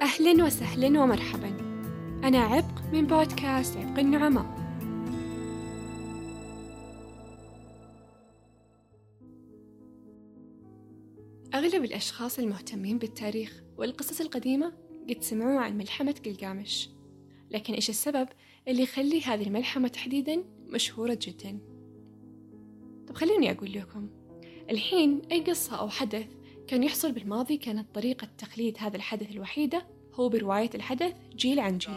أهلا وسهلا ومرحبا. أنا عبق من بودكاست عبق النعماء. أغلب الأشخاص المهتمين بالتاريخ والقصص القديمة قد سمعوا عن ملحمة قلقامش، لكن إيش السبب اللي يخلي هذه الملحمة تحديدا مشهورة جدا؟ طب خلوني أقول لكم. الحين أي قصة أو حدث كان يحصل بالماضي كانت طريقة تخليد هذا الحدث الوحيدة هو برواية الحدث جيل عن جيل.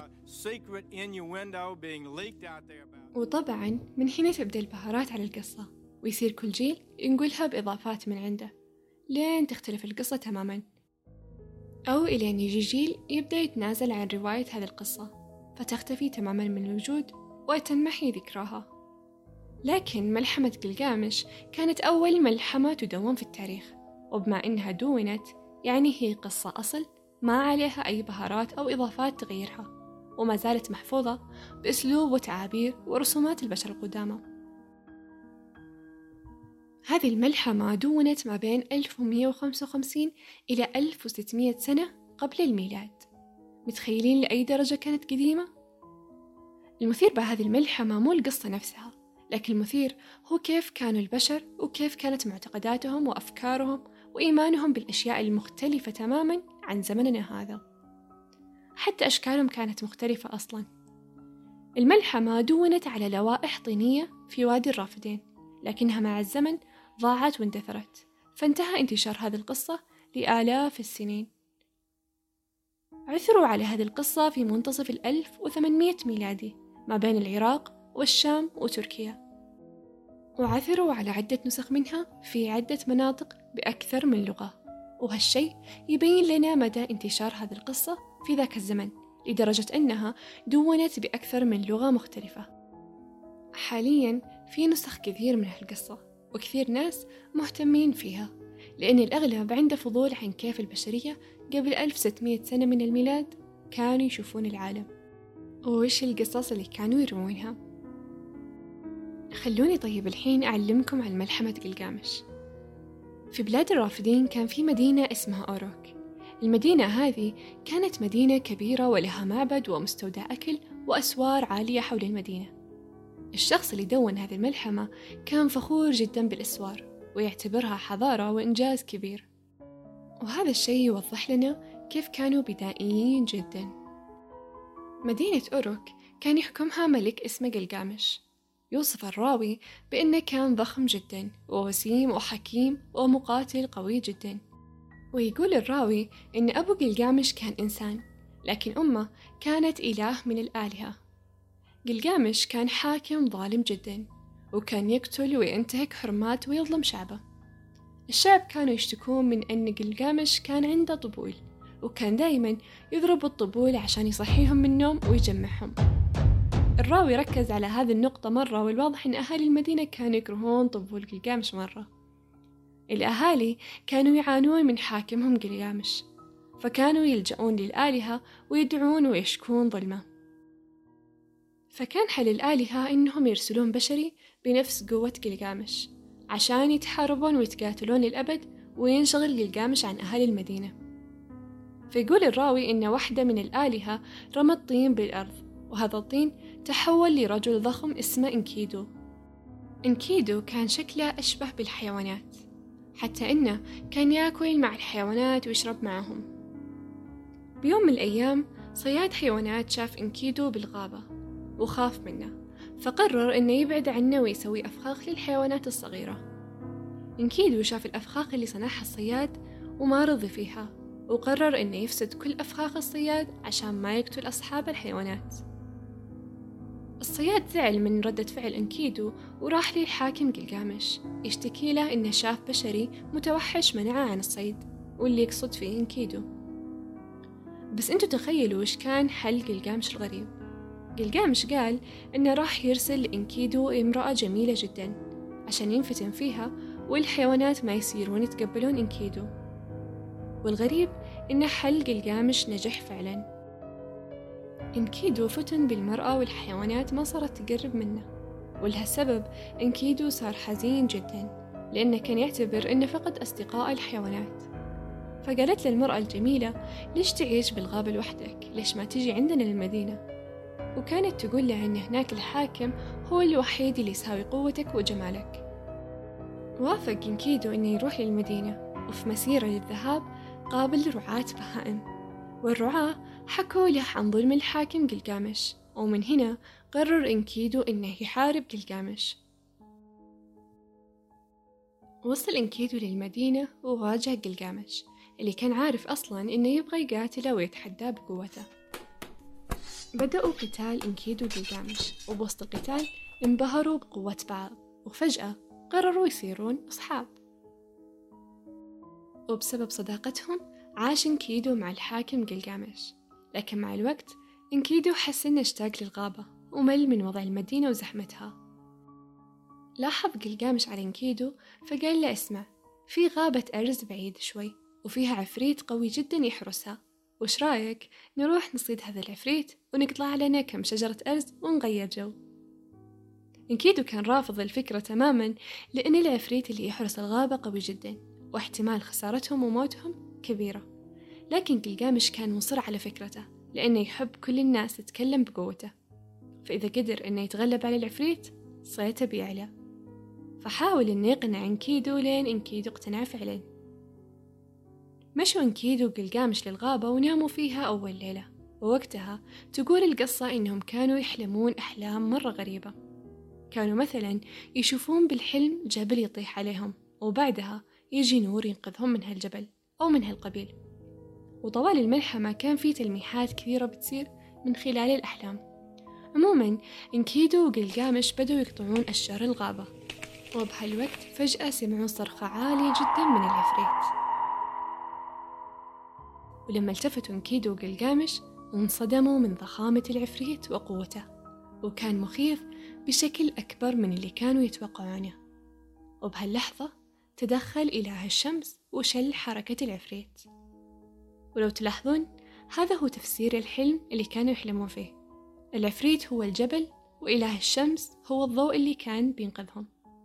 وطبعا من هنا تبدأ البهارات على القصة، ويصير كل جيل ينقلها بإضافات من عنده لين تختلف القصة تماما، أو إلى أن يجي جيل يبدأ يتنازل عن رواية هذه القصة فتختفي تماما من الوجود وتنمحي ذكراها. لكن ملحمة قلقامش كانت أول ملحمة تدون في التاريخ، وبما إنها دونت يعني هي قصة أصل ما عليها أي بهارات أو إضافات تغيرها، وما زالت محفوظة بأسلوب وتعابير ورسومات البشر القدامى. هذه الملحمة دونت ما بين 1155 إلى 1600 سنة قبل الميلاد. متخيلين لأي درجة كانت قديمة؟ المثير بهذه الملحمة مو القصة نفسها، لكن المثير هو كيف كانوا البشر وكيف كانت معتقداتهم وأفكارهم وإيمانهم بالأشياء المختلفة تماماً عن زمننا هذا. حتى أشكالهم كانت مختلفة أصلاً. الملحمة دونت على لوائح طينية في وادي الرافدين، لكنها مع الزمن ضاعت واندثرت، فانتهى انتشار هذه القصة لآلاف السنين. عثروا على هذه القصة في منتصف 1800 ميلادي ما بين العراق والشام وتركيا، وعثروا على عدة نسخ منها في عدة مناطق بأكثر من لغة، وهالشيء يبين لنا مدى انتشار هذه القصة في ذاك الزمن لدرجة أنها دونت بأكثر من لغة مختلفة. حالياً في نسخ كثير من هالقصة، وكثير ناس مهتمين فيها لأن الأغلب عنده فضول عن كيف البشرية قبل 1600 سنة من الميلاد كانوا يشوفون العالم، وإيش القصص اللي كانوا يروونها. خلوني طيب الحين أعلمكم عن ملحمة قلقامش. في بلاد الرافدين كان في مدينة اسمها أوروك. المدينة هذه كانت مدينة كبيرة ولها معبد ومستودع أكل وأسوار عالية حول المدينة. الشخص اللي دون هذه الملحمة كان فخور جدا بالأسوار ويعتبرها حضارة وإنجاز كبير، وهذا الشيء يوضح لنا كيف كانوا بدائيين جدا. مدينة أوروك كان يحكمها ملك اسمه قلقامش. يوصف الراوي بأنه كان ضخم جدا ووسيم وحكيم ومقاتل قوي جدا. ويقول الراوي أن أبو قلقامش كان إنسان، لكن أمه كانت إله من الآلهة. قلقامش كان حاكم ظالم جدا، وكان يقتل وينتهك حرمات ويظلم شعبه. الشعب كانوا يشتكون من أن قلقامش كان عنده طبول، وكان دايما يضرب الطبول عشان يصحيهم من النوم ويجمعهم. الراوي ركز على هذه النقطة مرة، والواضح أن أهالي المدينة كانوا يكرهون طبول قلقامش مرة. الأهالي كانوا يعانون من حاكمهم قلقامش، فكانوا يلجؤون للآلهة ويدعون ويشكون ظلمه. فكان حل الآلهة إنهم يرسلون بشري بنفس قوة قلقامش عشان يتحاربون ويتقاتلون للأبد وينشغل قلقامش عن أهالي المدينة. فيقول الراوي إن واحدة من الآلهة رمت طين بالأرض، وهذا الطين تحول لرجل ضخم اسمه إنكيدو. إنكيدو كان شكله أشبه بالحيوانات، حتى إنه كان يأكل مع الحيوانات ويشرب معهم. بيوم من الأيام صياد حيوانات شاف إنكيدو بالغابة وخاف منه، فقرر إنه يبعد عنه ويسوي أفخاخ للحيوانات الصغيرة. إنكيدو شاف الأفخاخ اللي صنعها الصياد وما رضي فيها، وقرر إنه يفسد كل أفخاخ الصياد عشان ما يقتل أصحاب الحيوانات. الصياد زعل من ردة فعل إنكيدو وراح للحاكم قلقامش يشتكي له إنه شاف بشري متوحش منعه عن الصيد، واللي يقصد فيه إنكيدو. بس أنتوا تخيلوا إيش كان حل قلقامش الغريب. قلقامش قال إنه راح يرسل لإنكيدو امرأة جميلة جدا عشان ينفتن فيها والحيوانات ما يصيرون يتقبلون إنكيدو. والغريب إن حل قلقامش نجح فعلا. إنكيدو فتن بالمرأة والحيوانات ما صارت تقرب منه، ولهالسبب إنكيدو صار حزين جدا لأنه كان يعتبر إنه فقد أصدقاء الحيوانات. فقالت للمرأة الجميلة: ليش تعيش بالغابة لوحدك؟ ليش ما تجي عندنا للمدينة؟ وكانت تقول له إن هناك الحاكم هو الوحيد اللي يساوي قوتك وجمالك. وافق إنكيدو إنه يروح للمدينة، وفي مسيرة للذهاب قابل رعاة بهائم، والرعاة حكوا له عن ظلم الحاكم قلقامش، ومن هنا قرر إنكيدو إنه يحارب قلقامش. وصل إنكيدو للمدينة وواجه قلقامش اللي كان عارف أصلاً إنه يبغى يقاتله ويتحداه بقوته. بدأوا قتال إنكيدو وقلقامش، وبوسط القتال انبهروا بقوة بعض، وفجأة قرروا يصيرون أصحاب. وبسبب صداقتهم عاش إنكيدو مع الحاكم قلقامش، لكن مع الوقت إنكيدو حس إنه اشتاق للغابة ومل من وضع المدينة وزحمتها. لاحظ قلقامش على إنكيدو فقال له: اسمع، في غابة أرز بعيد شوي وفيها عفريت قوي جدا يحرسها، وش رايك نروح نصيد هذا العفريت ونقطع لنا كم شجرة أرز ونغير جو؟ إنكيدو كان رافض الفكرة تماما، لأن العفريت اللي يحرس الغابة قوي جدا واحتمال خسارتهم وموتهم كبيرة. لكن قلقامش كان مصر على فكرته، لأنه يحب كل الناس تتكلم بقوته، فإذا قدر إنه يتغلب على العفريت صيته بيعلى. فحاول إنه يقنع إنكيدو لين إنكيدو اقتنع فعلا. مشوا إنكيدو وقلقامش للغابة وناموا فيها أول ليلة، ووقتها تقول القصة إنهم كانوا يحلمون أحلام مرة غريبة. كانوا مثلا يشوفون بالحلم جبل يطيح عليهم، وبعدها يجي نور ينقذهم من هالجبل أو من هالقبيل. وطوال الملحمة كان في تلميحات كثيرة بتصير من خلال الأحلام. عموما إنكيدو وقلقامش بدأوا يقطعون أشجار الغابة، وبهالوقت فجأة سمعوا صرخة عالية جدا من العفريت، ولما التفتوا إنكيدو وقلقامش انصدموا من ضخامة العفريت وقوته، وكان مخيف بشكل أكبر من اللي كانوا يتوقعونه. وبهاللحظة تدخل إله الشمس وشل حركة العفريت. ولو تلاحظون هذا هو تفسير الحلم اللي كانوا يحلمون فيه. العفريت هو الجبل، وإله الشمس هو الضوء اللي كان بينقذهم.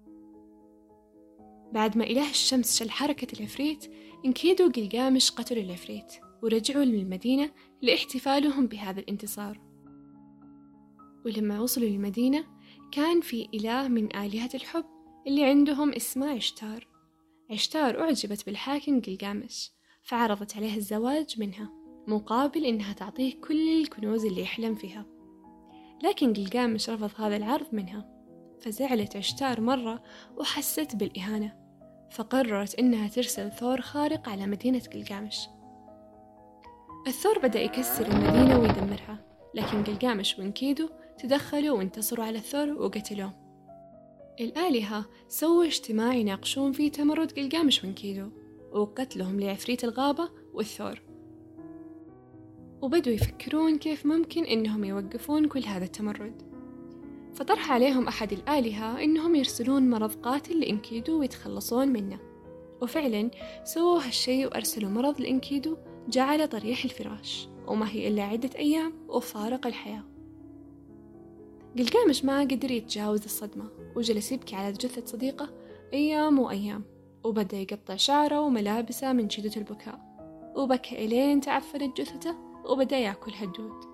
بعد ما إله الشمس شل حركة العفريت، إنكيدو وقلقامش قتلوا العفريت ورجعوا للمدينة لاحتفالهم بهذا الانتصار. ولما وصلوا للمدينة كان في إله من آلهة الحب اللي عندهم اسمه عشتار. عشتار أعجبت بالحاكم قلقامش، فعرضت عليه الزواج منها مقابل إنها تعطيه كل الكنوز اللي يحلم فيها. لكن قلقامش رفض هذا العرض منها، فزعلت عشتار مرة وحست بالإهانة، فقررت إنها ترسل ثور خارق على مدينة قلقامش. الثور بدأ يكسر المدينة ويدمرها، لكن قلقامش وإنكيدو تدخلوا وانتصروا على الثور وقتلوه. الآلهة سووا اجتماع يناقشون فيه تمرد قلقامش وإنكيدو وقتلهم لعفريت الغابة والثور، وبدوا يفكرون كيف ممكن إنهم يوقفون كل هذا التمرد. فطرح عليهم أحد الآلهة إنهم يرسلون مرض قاتل لإنكيدو ويتخلصون منه، وفعلا سووا هالشي وأرسلوا مرض لإنكيدو جعل طريح الفراش، وما هي إلا عدة أيام وفارق الحياة. قلقامش ما قدر يتجاوز الصدمة، وجلس يبكي على جثة صديقه أيام وأيام، وبدأ يقطع شعره وملابسه من شدة البكاء، وبكى إلين تعفنت جثته وبدأ يأكل هالدود.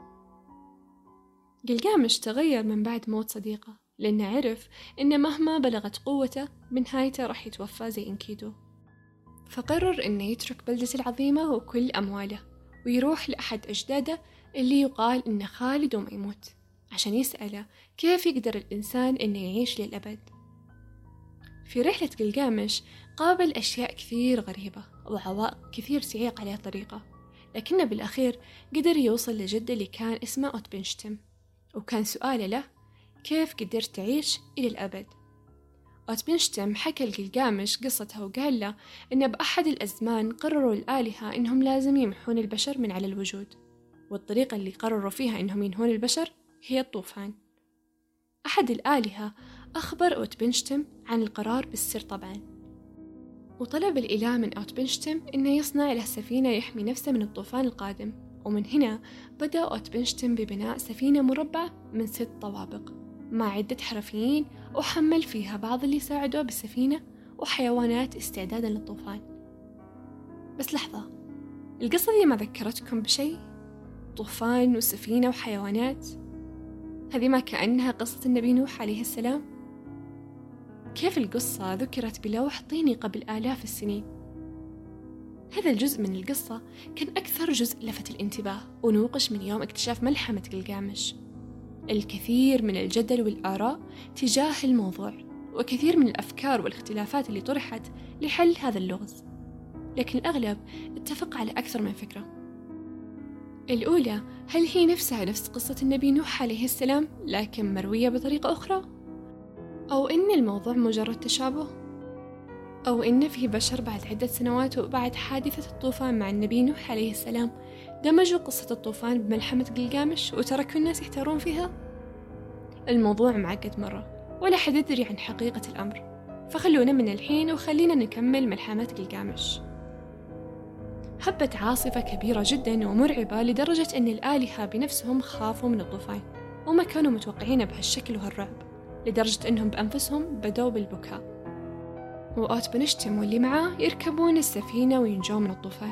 قلقامش تغير من بعد موت صديقه، لأنه عرف إن مهما بلغت قوته بنهايته راح يتوفى زي إنكيدو. فقرر إنه يترك بلدة العظيمة وكل أمواله ويروح لأحد أجداده اللي يقال إنه خالد وما يموت، عشان يسأله كيف يقدر الإنسان إنه يعيش للأبد. في رحلة قلقامش قابل أشياء كثير غريبة وعوائق كثير تعيق عليه طريقه، لكنه بالأخير قدر يوصل لجده اللي كان اسمه أوتبنشتم، وكان سؤاله له: كيف قدرت تعيش إلى الأبد؟ أوتبنشتم حكى لقلقامش قصته وقال له إن بأحد الأزمان قرروا الآلهة إنهم لازم يمحون البشر من على الوجود، والطريقة اللي قرروا فيها إنهم ينهون البشر هي الطوفان. أحد الآلهة أخبر أوتبنشتم عن القرار بالسر طبعا، وطلب الإله من أوتبنشتم إنه يصنع له سفينة يحمي نفسه من الطوفان القادم. ومن هنا بدأ أوتبنشتم ببناء سفينة مربعة من 6 طوابق مع عدة حرفيين، وحمل فيها بعض اللي ساعدوه بالسفينة وحيوانات استعدادا للطوفان. بس لحظة، القصة دي ما ذكرتكم بشيء؟ طوفان وسفينة وحيوانات؟ هذه ما كأنها قصة النبي نوح عليه السلام؟ كيف القصة ذكرت بلوح طيني قبل آلاف السنين؟ هذا الجزء من القصة كان أكثر جزء لفت الانتباه ونوقش من يوم اكتشاف ملحمة جلجامش. الكثير من الجدل والآراء تجاه الموضوع، وكثير من الأفكار والاختلافات اللي طرحت لحل هذا اللغز، لكن الأغلب اتفق على أكثر من فكرة. الأولى، هل هي نفس قصة النبي نوح عليه السلام لكن مروية بطريقة أخرى؟ أو إن الموضوع مجرد تشابه؟ أو إن في بشر بعد عدة سنوات وبعد حادثة الطوفان مع النبي نوح عليه السلام دمجوا قصة الطوفان بملحمة جلجامش وتركوا الناس يحتارون فيها؟ الموضوع معقد مرة، ولا حد يدري عن حقيقة الأمر، فخلونا من الحين وخلينا نكمل ملحمة جلجامش. هبت عاصفة كبيرة جدا ومرعبة لدرجة أن الآلهة بنفسهم خافوا من الطوفان، وما كانوا متوقعين بهالشكل وهالرعب، لدرجة أنهم بأنفسهم بدوا بالبكاء. وأوت بنشتم واللي معاه يركبون السفينة وينجون من الطوفان.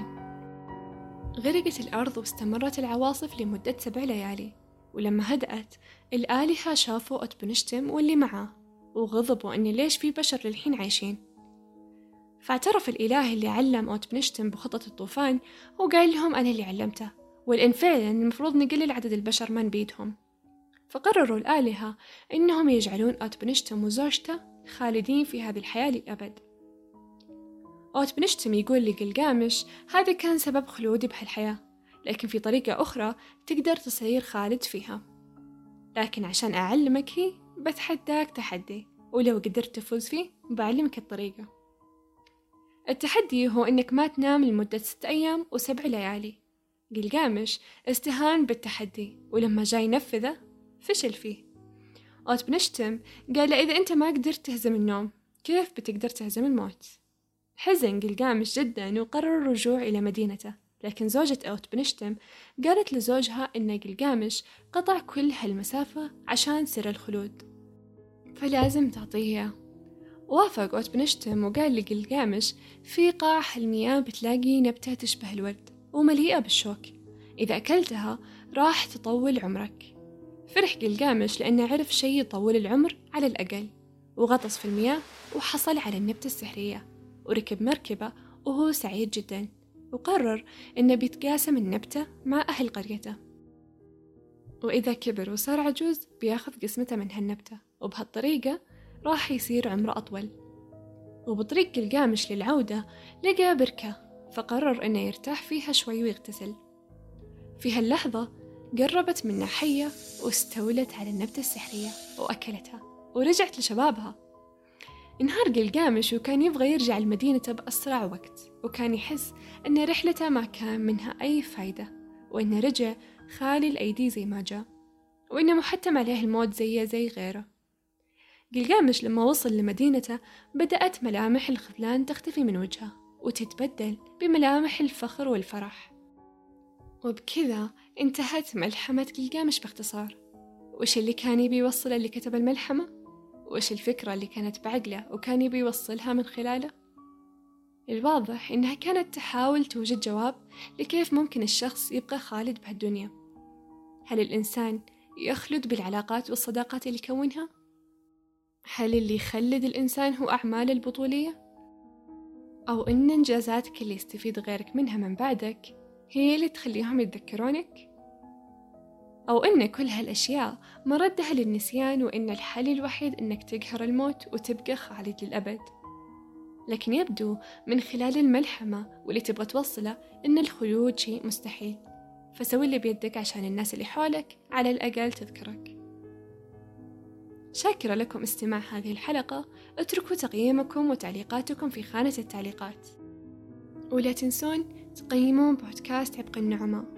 غرقت الأرض واستمرت العواصف لمدة 7 ليالي، ولما هدأت الآلهة شافوا أوت بنشتم واللي معاه وغضبوا أن ليش في بشر للحين عايشين. فاعترف الإله اللي علم أوت بنشتم بخطة الطوفان وقال لهم أنا اللي علمته، والإن فعلا المفروض نقلل عدد البشر ما نبيدهم. فقرروا الآلهة إنهم يجعلون أوت بنشتم وزوجته خالدين في هذه الحياة للأبد. أوت بنشتم يقول لجلجامش هذا كان سبب خلودي بهالحياة، لكن في طريقة أخرى تقدر تصير خالد فيها، لكن عشان أعلمك هي بتحداك تحدي، ولو قدرت تفوز فيه بعلمك الطريقة. التحدي هو إنك ما تنام لمدة 6 أيام و7 ليالي. جلجامش استهان بالتحدي، ولما جاي ينفذه فشل فيه. أوت بنشتم قال له إذا أنت ما قدرت تهزم النوم كيف بتقدر تهزم الموت؟ حزن جلجامش جدا وقرر الرجوع إلى مدينته، لكن زوجة أوت بنشتم قالت لزوجها إن جلجامش قطع كل هالمسافة عشان سر الخلود، فلازم تعطيه. وافق أوت بنشتم وقال لجلجامش في قاع المياه بتلاقي نبتة تشبه الورد ومليئة بالشوك، إذا أكلتها راح تطول عمرك. فرح جلجامش لأنه عرف شيء يطول العمر على الأقل، وغطس في المياه وحصل على النبتة السحرية، وركب مركبة وهو سعيد جدا، وقرر إنه بيتقاسم النبتة مع أهل قريته، وإذا كبر وصار عجوز بياخذ قسمته من هالنبتة، وبهالطريقة راح يصير عمره أطول. وبطريق جلجامش للعودة لقى بركة، فقرر إنه يرتاح فيها شوي ويغتسل. في هاللحظة قربت منها حية واستولت على النبتة السحرية وأكلتها ورجعت لشبابها. انهار جلجامش وكان يبغى يرجع لمدينته بأسرع وقت، وكان يحس أن رحلته ما كان منها أي فايدة، وأنه رجع خالي الأيدي زي ما جاء، وأنه محتم عليه الموت زي غيره. جلجامش لما وصل لمدينته بدأت ملامح الخذلان تختفي من وجهه وتتبدل بملامح الفخر والفرح. وبكذا انتهت ملحمة جلجامش باختصار. وش اللي كان يبي يوصله اللي كتب الملحمة؟ وش الفكرة اللي كانت بعقله وكان يبي يوصلها من خلاله؟ الواضح إنها كانت تحاول توجد جواب لكيف ممكن الشخص يبقى خالد بهالدنيا. هل الإنسان يخلد بالعلاقات والصداقات اللي يكونها؟ هل اللي يخلد الإنسان هو أعمال البطولية؟ أو إن إنجازاتك اللي يستفيد غيرك منها من بعدك هي اللي تخليهم يتذكرونك؟ أو إن كل هالأشياء مردها للنسيان، وإن الحل الوحيد إنك تقهر الموت وتبقى خالد للأبد؟ لكن يبدو من خلال الملحمة واللي تبغى توصله إن الخلود شيء مستحيل، فسوي اللي بيدك عشان الناس اللي حولك على الأقل تذكرك. شاكرة لكم استماع هذه الحلقة، اتركوا تقييمكم وتعليقاتكم في خانة التعليقات، ولا تنسون تقيمون بودكاست عبق النعماء.